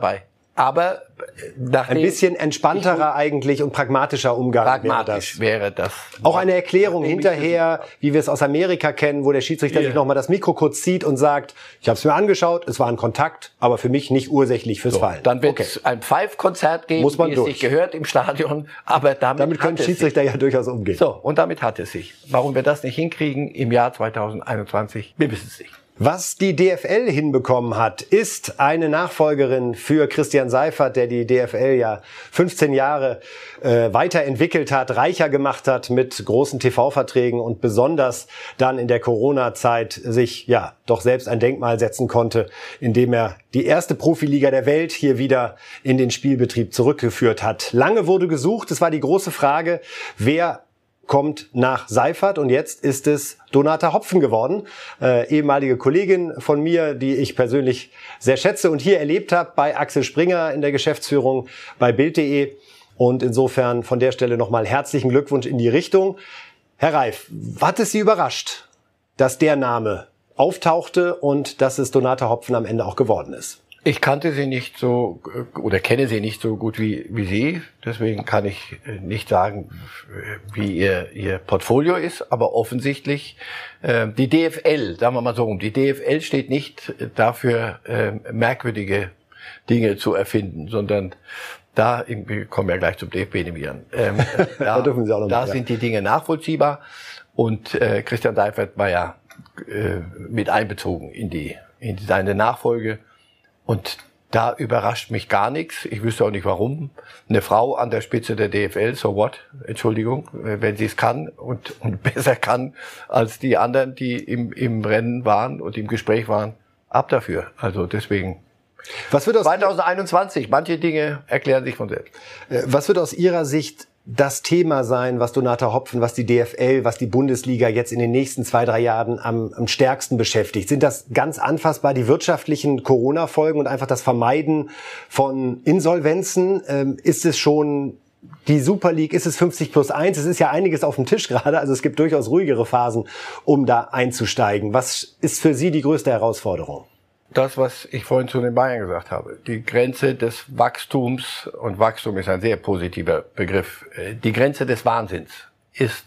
[SPEAKER 1] Aber
[SPEAKER 2] ein bisschen entspannterer eigentlich und pragmatischer Umgang
[SPEAKER 1] pragmatisch wäre das.
[SPEAKER 2] Wäre das. Auch eine Erklärung hinterher, wie wir es aus Amerika kennen, wo der Schiedsrichter yeah. sich nochmal das Mikro kurz zieht und sagt, ich habe es mir angeschaut, es war ein Kontakt, aber für mich nicht ursächlich fürs so, Fallen.
[SPEAKER 1] Dann wird es okay. ein Pfeifkonzert geben,
[SPEAKER 2] Muss man
[SPEAKER 1] wie
[SPEAKER 2] durch.
[SPEAKER 1] es sich gehört im Stadion, aber damit,
[SPEAKER 2] damit können Schiedsrichter ja durchaus umgehen.
[SPEAKER 1] So, und damit hat es sich. Warum wir das nicht hinkriegen im Jahr zweitausendeinundzwanzig, wir wissen es nicht.
[SPEAKER 2] Was die D F L hinbekommen hat, ist eine Nachfolgerin für Christian Seifert, der die D F L ja fünfzehn Jahre äh, weiterentwickelt hat, reicher gemacht hat mit großen T V-Verträgen und besonders dann in der Corona-Zeit sich ja doch selbst ein Denkmal setzen konnte, indem er die erste Profiliga der Welt hier wieder in den Spielbetrieb zurückgeführt hat. Lange wurde gesucht, es war die große Frage, wer kommt nach Seifert, und jetzt ist es Donata Hopfen geworden, äh, ehemalige Kollegin von mir, die ich persönlich sehr schätze und hier erlebt habe bei Axel Springer in der Geschäftsführung bei Bild punkt de, und insofern von der Stelle nochmal herzlichen Glückwunsch in die Richtung. Herr Reif, hat es Sie überrascht, dass der Name auftauchte und dass es Donata Hopfen am Ende auch geworden ist?
[SPEAKER 1] Ich kannte sie nicht so oder kenne sie nicht so gut wie wie Sie, deswegen kann ich nicht sagen, wie ihr ihr Portfolio ist, aber offensichtlich äh, die D F L, sagen wir mal so rum, die D F L steht nicht dafür, äh, merkwürdige Dinge zu erfinden, sondern da, wir kommen ja gleich zum D F B nämlich, ähm, da, da, dürfen Sie auch noch da mal, sind ja. die Dinge nachvollziehbar, und äh, Christian Seifert war ja äh, mit einbezogen in die in seine Nachfolge. Und da überrascht mich gar nichts. Ich wüsste auch nicht warum. Eine Frau an der Spitze der D F L, so what? Entschuldigung, wenn sie es kann und, und besser kann als die anderen, die im, im Rennen waren und im Gespräch waren, ab dafür. Also deswegen.
[SPEAKER 2] Was wird aus
[SPEAKER 1] zweitausendeinundzwanzig, manche Dinge erklären sich von selbst.
[SPEAKER 2] Was wird aus Ihrer Sicht das Thema sein, was Donata Hopfen, was die D F L, was die Bundesliga jetzt in den nächsten zwei, drei Jahren am, am stärksten beschäftigt? Sind das ganz anfassbar die wirtschaftlichen Corona-Folgen und einfach das Vermeiden von Insolvenzen? Ähm, ist es schon die Super League? Ist es fünfzig plus eins? Es ist ja einiges auf dem Tisch gerade. Also es gibt durchaus ruhigere Phasen, um da einzusteigen. Was ist für Sie die größte Herausforderung?
[SPEAKER 1] Das, was ich vorhin zu den Bayern gesagt habe. Die Grenze des Wachstums, und Wachstum ist ein sehr positiver Begriff, die Grenze des Wahnsinns ist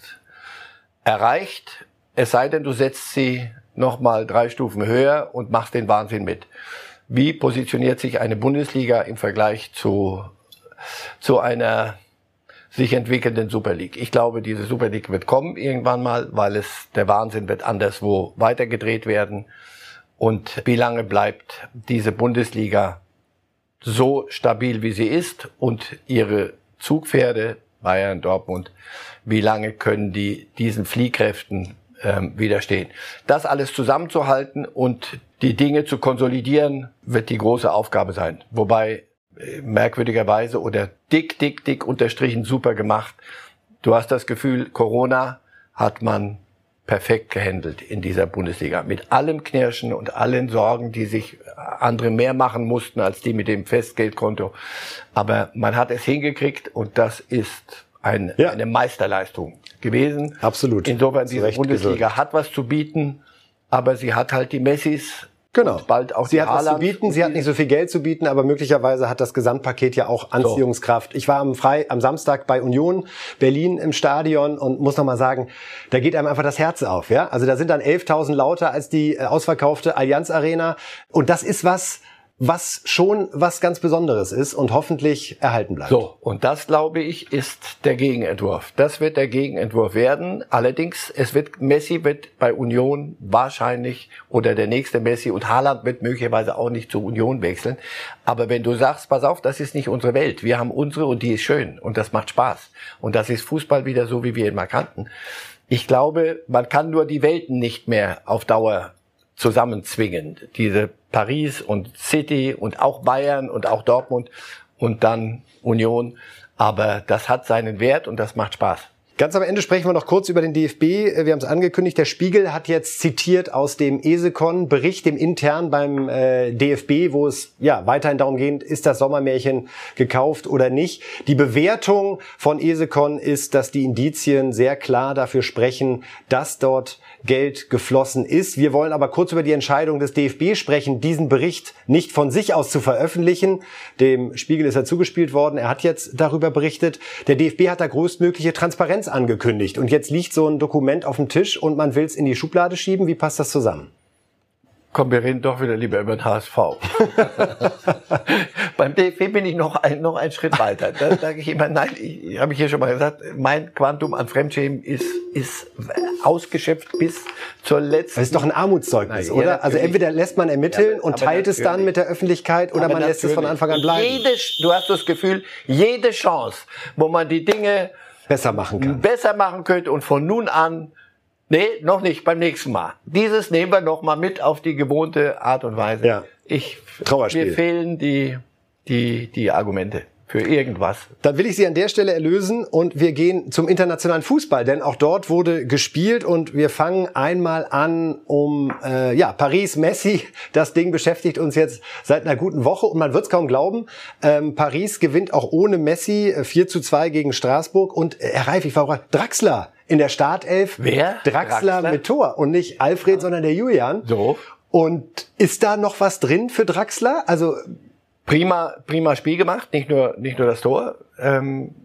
[SPEAKER 1] erreicht, es sei denn, du setzt sie nochmal drei Stufen höher und machst den Wahnsinn mit. Wie positioniert sich eine Bundesliga im Vergleich zu, zu einer sich entwickelnden Super League? Ich glaube, diese Super League wird kommen irgendwann mal, weil es, der Wahnsinn wird anderswo weitergedreht werden. Und wie lange bleibt diese Bundesliga so stabil, wie sie ist, und ihre Zugpferde, Bayern, Dortmund, wie lange können die diesen Fliehkräften ähm, widerstehen? Das alles zusammenzuhalten und die Dinge zu konsolidieren, wird die große Aufgabe sein. Wobei äh, merkwürdigerweise oder dick, dick, dick unterstrichen super gemacht. Du hast das Gefühl, Corona hat man perfekt gehandelt in dieser Bundesliga. Mit allem Knirschen und allen Sorgen, die sich andere mehr machen mussten als die mit dem Festgeldkonto. Aber man hat es hingekriegt, und das ist ein, ja. eine Meisterleistung gewesen.
[SPEAKER 2] Absolut.
[SPEAKER 1] Insofern, diese Bundesliga gesagt. hat was zu bieten, aber sie hat halt die Messis.
[SPEAKER 2] Genau.
[SPEAKER 1] Und bald auch
[SPEAKER 2] sie
[SPEAKER 1] die
[SPEAKER 2] hat was zu bieten, sie hat nicht so viel Geld zu bieten, aber möglicherweise hat das Gesamtpaket ja auch Anziehungskraft. So. Ich war am, Frei, am Samstag bei Union Berlin im Stadion und muss noch mal sagen, da geht einem einfach das Herz auf. Ja? Also da sind dann elftausend lauter als die ausverkaufte Allianz Arena, und das ist was, was schon was ganz Besonderes ist und hoffentlich erhalten bleibt.
[SPEAKER 1] So, und das, glaube ich, ist der Gegenentwurf. Das wird der Gegenentwurf werden. Allerdings, es wird, Messi wird bei Union wahrscheinlich, oder der nächste Messi, und Haaland wird möglicherweise auch nicht zur Union wechseln. Aber wenn du sagst, pass auf, das ist nicht unsere Welt. Wir haben unsere, und die ist schön und das macht Spaß. Und das ist Fußball wieder so, wie wir ihn mal kannten. Ich glaube, man kann nur die Welten nicht mehr auf Dauer zusammenzwingen. Diese Paris und City und auch Bayern und auch Dortmund und dann Union. Aber das hat seinen Wert und das macht Spaß.
[SPEAKER 2] Ganz am Ende sprechen wir noch kurz über den D F B. Wir haben es angekündigt, der Spiegel hat jetzt zitiert aus dem Esekon-Bericht, dem intern beim äh, D F B, wo es ja weiterhin darum geht, ist das Sommermärchen gekauft oder nicht. Die Bewertung von Esekon ist, dass die Indizien sehr klar dafür sprechen, dass dort Geld geflossen ist. Wir wollen aber kurz über die Entscheidung des D F B sprechen, diesen Bericht nicht von sich aus zu veröffentlichen. Dem Spiegel ist er zugespielt worden. Er hat jetzt darüber berichtet. Der D F B hat da größtmögliche Transparenz angekündigt. Und jetzt liegt so ein Dokument auf dem Tisch und man will es in die Schublade schieben. Wie passt das zusammen?
[SPEAKER 1] Komm, wir reden doch wieder lieber über den H S V. Beim D F B bin ich noch ein, noch einen Schritt weiter. Da sage ich immer, nein, ich, habe ich hier schon mal gesagt, mein Quantum an Fremdschämen ist, ist ausgeschöpft bis zur letzten...
[SPEAKER 2] Das ist doch ein Armutszeugnis,
[SPEAKER 1] Nein,
[SPEAKER 2] oder?
[SPEAKER 1] ja,
[SPEAKER 2] also entweder lässt man ermitteln
[SPEAKER 1] ja,
[SPEAKER 2] und teilt es dann mit der Öffentlichkeit oder
[SPEAKER 1] aber
[SPEAKER 2] man lässt es von Anfang an bleiben.
[SPEAKER 1] Jede, du hast das Gefühl, jede Chance, wo man die Dinge
[SPEAKER 2] besser machen kann.
[SPEAKER 1] besser machen könnte und von nun an... Nee, noch nicht, beim nächsten Mal. Dieses nehmen wir noch mal mit auf die gewohnte Art und Weise.
[SPEAKER 2] Ja.
[SPEAKER 1] Ich,
[SPEAKER 2] Trauerspiel.
[SPEAKER 1] Mir fehlen die, die, die Argumente für irgendwas.
[SPEAKER 2] Dann will ich Sie an der Stelle erlösen und wir gehen zum internationalen Fußball, denn auch dort wurde gespielt und wir fangen einmal an um äh, ja Paris, Messi. Das Ding beschäftigt uns jetzt seit einer guten Woche und man wird es kaum glauben. Ähm, Paris gewinnt auch ohne Messi vier zu zwei gegen Straßburg und äh, Herr Reif, ich war überrascht, Draxler in der Startelf.
[SPEAKER 1] Wer?
[SPEAKER 2] Draxler,
[SPEAKER 1] Draxler
[SPEAKER 2] mit Tor und nicht Alfred, ja. sondern der Julian.
[SPEAKER 1] So.
[SPEAKER 2] Und ist da noch was drin für Draxler? Also
[SPEAKER 1] Prima, prima Spiel gemacht, nicht nur, nicht nur das Tor. Ähm,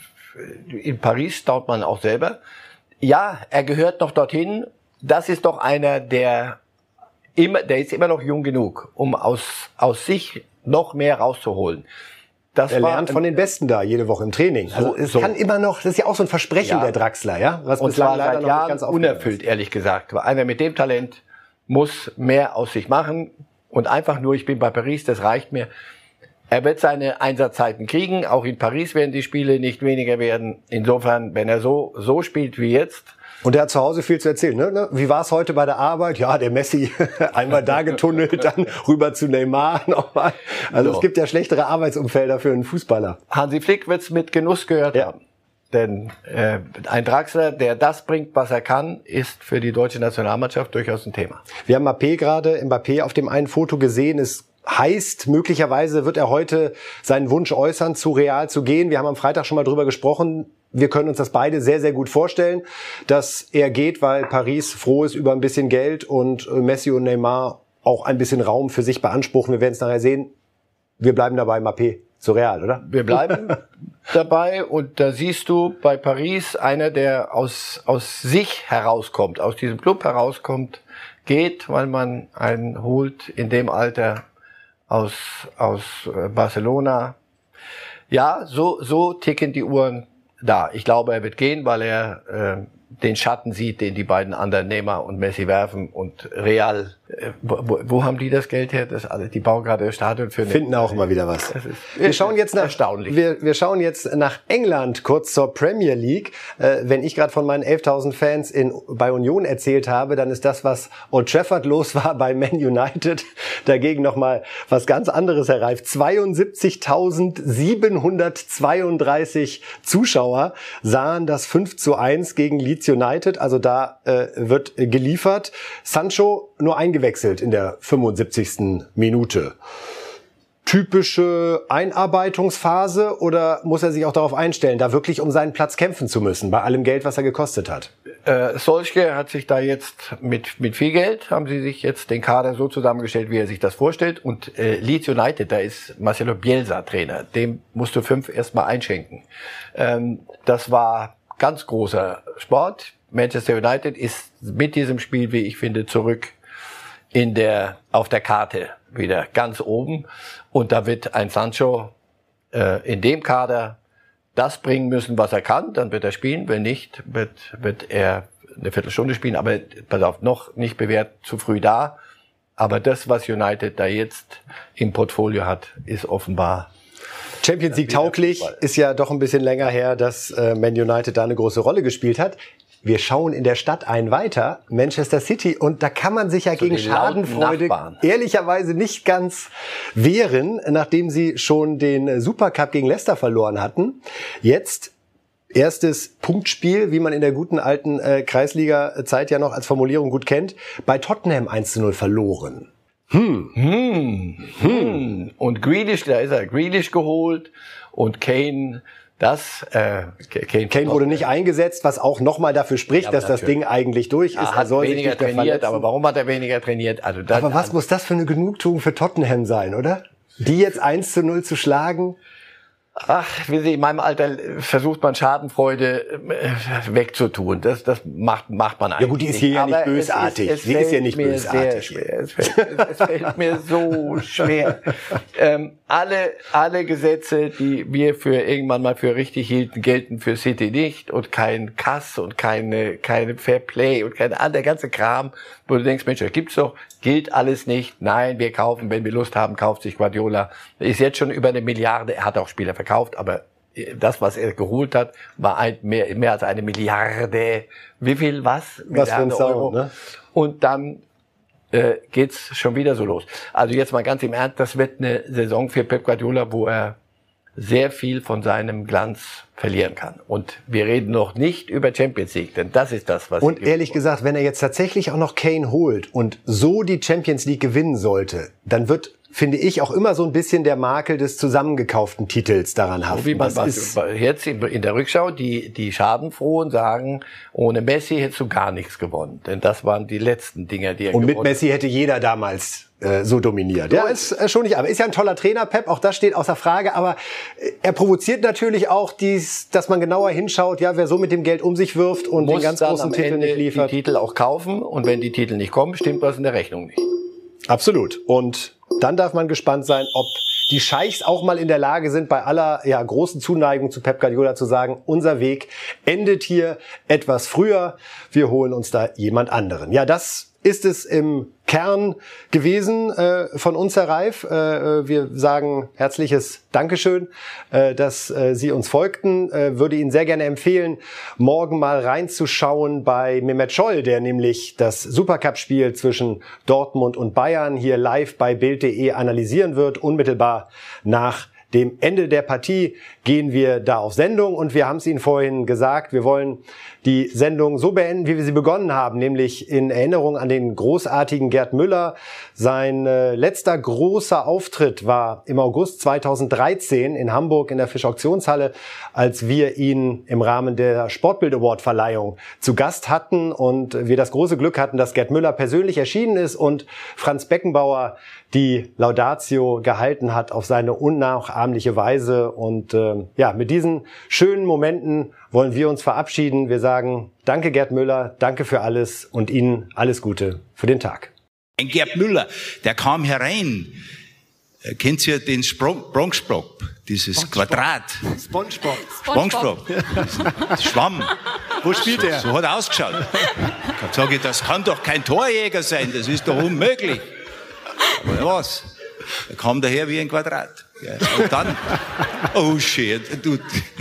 [SPEAKER 1] in Paris staut man auch selber. Ja, er gehört noch dorthin. Das ist doch einer, der immer, der ist immer noch jung genug, um aus, aus sich noch mehr rauszuholen. Das
[SPEAKER 2] er
[SPEAKER 1] war
[SPEAKER 2] lernt von den Besten da jede Woche im Training. Also es
[SPEAKER 1] so.
[SPEAKER 2] kann immer noch, das ist ja auch so ein Versprechen
[SPEAKER 1] Ja.
[SPEAKER 2] der Draxler, ja, was
[SPEAKER 1] Und
[SPEAKER 2] bislang
[SPEAKER 1] zwar
[SPEAKER 2] leider
[SPEAKER 1] seit
[SPEAKER 2] noch
[SPEAKER 1] Jahren
[SPEAKER 2] nicht ganz aufgegangen
[SPEAKER 1] unerfüllt,
[SPEAKER 2] ist.
[SPEAKER 1] ehrlich gesagt. Aber einer mit dem Talent muss mehr aus sich machen und einfach nur, ich bin bei Paris, das reicht mir. Er wird seine Einsatzzeiten kriegen. Auch in Paris werden die Spiele nicht weniger werden. Insofern, wenn er so, so spielt wie jetzt.
[SPEAKER 2] Und er hat zu Hause viel zu erzählen, ne? Wie war es heute bei der Arbeit? Ja, der Messi einmal da getunnelt, dann rüber zu Neymar nochmal. Also
[SPEAKER 1] So.
[SPEAKER 2] es gibt ja schlechtere Arbeitsumfelder für einen Fußballer.
[SPEAKER 1] Hansi Flick wird's mit Genuss gehört
[SPEAKER 2] Ja.
[SPEAKER 1] haben. Denn äh, ein Draxler, der das bringt, was er kann, ist für die deutsche Nationalmannschaft durchaus ein Thema.
[SPEAKER 2] Wir haben Mbappé gerade, Mbappé auf dem einen Foto gesehen, es heißt, möglicherweise wird er heute seinen Wunsch äußern, zu Real zu gehen. Wir haben am Freitag schon mal drüber gesprochen. Wir können uns das beide sehr, sehr gut vorstellen, dass er geht, weil Paris froh ist über ein bisschen Geld und Messi und Neymar auch ein bisschen Raum für sich beanspruchen. Wir werden es nachher sehen. Wir bleiben dabei, Mbappé zu Real, oder?
[SPEAKER 1] Wir bleiben dabei und da siehst du bei Paris einer, der aus, aus sich herauskommt, aus diesem Club herauskommt, geht, weil man einen holt in dem Alter aus, aus Barcelona. Ja, so, so ticken die Uhren da. Ich glaube, er wird gehen, weil er äh, den Schatten sieht, den die beiden anderen Neymar und Messi werfen und Real. Äh, wo, wo haben die das Geld her? Das alle, die bauen gerade das Stadion für.
[SPEAKER 2] Finden auch immer wieder was.
[SPEAKER 1] Das ist,
[SPEAKER 2] Wir schauen jetzt nach,
[SPEAKER 1] erstaunlich.
[SPEAKER 2] wir, wir schauen jetzt nach England, kurz zur Premier League. Äh, wenn ich gerade von meinen elftausend Fans in, bei Union erzählt habe, dann ist das, was Old Trafford los war bei Man United, dagegen nochmal was ganz anderes, Herr Reif. zweiundsiebzigtausendsiebenhundertzweiunddreißig Zuschauer sahen das fünf zu eins gegen Leeds United. Also da äh, wird geliefert. Sancho nur eingewechselt in der fünfundsiebzigsten Minute. Typische Einarbeitungsphase oder muss er sich auch darauf einstellen, da wirklich um seinen Platz kämpfen zu müssen, bei allem Geld, was er gekostet hat?
[SPEAKER 1] Äh, Solskjaer hat sich da jetzt mit mit viel Geld, haben sie sich jetzt den Kader so zusammengestellt, wie er sich das vorstellt. Und äh, Leeds United, da ist Marcelo Bielsa Trainer, dem musst du fünf erstmal einschenken. Ähm, das war ganz großer Sport. Manchester United ist mit diesem Spiel, wie ich finde, zurück in der auf der Karte wieder ganz oben. Und da wird ein Sancho äh, in dem Kader das bringen müssen, was er kann. Dann wird er spielen. Wenn nicht, wird, wird er eine Viertelstunde spielen. Aber pass auf, noch nicht bewährt, zu früh da. Aber das, was United da jetzt im Portfolio hat, ist offenbar
[SPEAKER 2] Champions League tauglich. Ist ja doch ein bisschen länger her, dass äh, Man United da eine große Rolle gespielt hat. Wir schauen in der Stadt ein weiter, Manchester City, und da kann man sich ja
[SPEAKER 1] so
[SPEAKER 2] gegen Schadenfreude ehrlicherweise nicht ganz wehren, nachdem sie schon den Supercup gegen Leicester verloren hatten. Jetzt erstes Punktspiel, wie man in der guten alten äh, Kreisliga-Zeit ja noch als Formulierung gut kennt, bei Tottenham eins zu null verloren.
[SPEAKER 1] Hm. Hm. Hm. Und Grealish, da ist er, Grealish geholt und Kane Das, äh,
[SPEAKER 2] Kane, Kane wurde nicht eingesetzt, was auch nochmal dafür spricht, ja, dass natürlich. das Ding eigentlich durch ist.
[SPEAKER 1] Er hat er weniger trainiert, aber warum hat er weniger trainiert? Also das,
[SPEAKER 2] aber was muss das für eine Genugtuung für Tottenham sein, oder? Die jetzt eins zu null zu schlagen?
[SPEAKER 1] Ach, wie Sie, in meinem Alter versucht man Schadenfreude wegzutun. Das, das macht, macht man eigentlich.
[SPEAKER 2] Ja gut, die ist hier ja nicht bösartig.
[SPEAKER 1] Es ist, es
[SPEAKER 2] Sie ist ja nicht
[SPEAKER 1] mir
[SPEAKER 2] bösartig.
[SPEAKER 1] Sehr schwer. Es fällt, es fällt mir so schwer. Ähm, alle, alle Gesetze, die wir für irgendwann mal für richtig hielten, gelten für City nicht und kein Kass und keine, keine Fair Play und kein, der ganze Kram, wo du denkst, Mensch, das gibt's doch, gilt alles nicht. Nein, wir kaufen, wenn wir Lust haben, kauft sich Guardiola. Ist jetzt schon über eine Milliarde. Er hat auch Spieler verkauft, aber das, was er geholt hat, war ein, mehr, mehr als eine Milliarde. Wie viel was?
[SPEAKER 2] Was für ein Euro. Ne?
[SPEAKER 1] Und dann äh, geht's schon wieder so los. Also jetzt mal ganz im Ernst, das wird eine Saison für Pep Guardiola, wo er sehr viel von seinem Glanz verlieren kann. Und wir reden noch nicht über Champions League, denn das ist das, was...
[SPEAKER 2] Und ehrlich gesagt, wenn er jetzt tatsächlich auch noch Kane holt und so die Champions League gewinnen sollte, dann wird, finde ich, auch immer so ein bisschen der Makel des zusammengekauften Titels daran haften.
[SPEAKER 1] So wie man was jetzt in der Rückschau, die, die Schadenfrohen sagen, ohne Messi hättest du gar nichts gewonnen. Denn das waren die letzten Dinger, die er
[SPEAKER 2] gewonnen hat. Und mit Messi hätte jeder damals äh, so dominiert. Ja, ist äh, schon nicht, aber ist ja ein toller Trainer, Pep, auch das steht außer Frage, aber äh, er provoziert natürlich auch dies, dass man genauer hinschaut, ja, wer so mit dem Geld um sich wirft und den ganz großen Titel nicht liefert.
[SPEAKER 1] Die Titel auch kaufen und wenn die Titel nicht kommen, stimmt was in der Rechnung nicht.
[SPEAKER 2] Absolut. Und dann darf man gespannt sein, ob die Scheichs auch mal in der Lage sind, bei aller ja, großen Zuneigung zu Pep Guardiola zu sagen, unser Weg endet hier etwas früher, wir holen uns da jemand anderen. Ja, das ist es im Kern gewesen äh, von uns, Herr Reif. Äh, wir sagen herzliches Dankeschön, äh, dass äh, Sie uns folgten. Äh, würde Ihnen sehr gerne empfehlen, morgen mal reinzuschauen bei Mehmet Scholl, der nämlich das Supercup-Spiel zwischen Dortmund und Bayern hier live bei Bild punkt de analysieren wird, unmittelbar nach dem Ende der Partie gehen wir da auf Sendung und wir haben es Ihnen vorhin gesagt, wir wollen die Sendung so beenden, wie wir sie begonnen haben, nämlich in Erinnerung an den großartigen Gerd Müller. Sein äh, letzter großer Auftritt war im August zweitausenddreizehn in Hamburg in der Fischauktionshalle, als wir ihn im Rahmen der Sportbild Award Verleihung zu Gast hatten und wir das große Glück hatten, dass Gerd Müller persönlich erschienen ist und Franz Beckenbauer die Laudatio gehalten hat auf seine unnachahmliche Weise. Und äh, ja, mit diesen schönen Momenten wollen wir uns verabschieden. Wir sagen danke Gerd Müller, danke für alles und Ihnen alles Gute für den Tag.
[SPEAKER 4] Ein Gerd Müller, der kam herein. Kennt ihr den Bronxprop, dieses Spongebob. Quadrat?
[SPEAKER 2] Spongebob.
[SPEAKER 4] Spongebob. Schwamm.
[SPEAKER 2] Wo spielt er?
[SPEAKER 4] So, so hat er ausgeschaut. Da sage ich, das kann doch kein Torjäger sein, das ist doch unmöglich. Aber was? Er kam daher wie ein Quadrat. Ja, und dann, oh shit, du.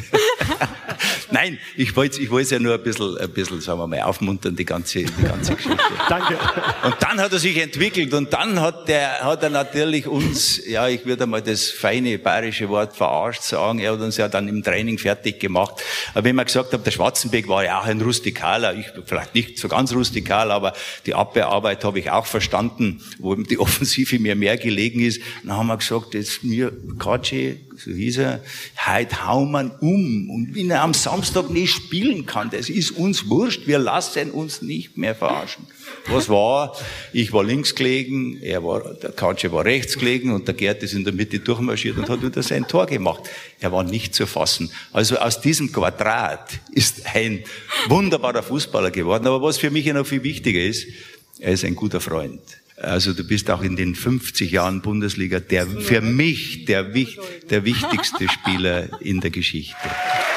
[SPEAKER 4] Nein, ich wollte ich wollte ja nur ein bisschen, ein bisschen, sagen wir mal, aufmuntern, die ganze, die ganze Geschichte.
[SPEAKER 2] Danke.
[SPEAKER 4] Und dann hat er sich entwickelt und dann hat der, hat er natürlich uns, ja, ich würde mal das feine bayerische Wort verarscht sagen, er hat uns ja dann im Training fertig gemacht. Aber wenn man gesagt hat, der Schwarzenbeck war ja auch ein Rustikaler, ich vielleicht nicht so ganz rustikal, aber die Abwehrarbeit habe ich auch verstanden, wo die Offensive mir mehr gelegen ist. Dann haben wir gesagt, jetzt mir, Katschi, so hieß er, heute hauen wir um. Und wenn er am Samstag nicht spielen kann, das ist uns wurscht, wir lassen uns nicht mehr verarschen. Was war? Ich war links gelegen, er war, der Katschi war rechts gelegen und der Gerd ist in der Mitte durchmarschiert und hat wieder sein Tor gemacht. Er war nicht zu fassen. Also aus diesem Quadrat ist ein wunderbarer Fußballer geworden. Aber was für mich ja noch viel wichtiger ist, er ist ein guter Freund. Also du bist auch in den fünfzig Jahren Bundesliga der, für mich der, der wichtigste Spieler in der Geschichte.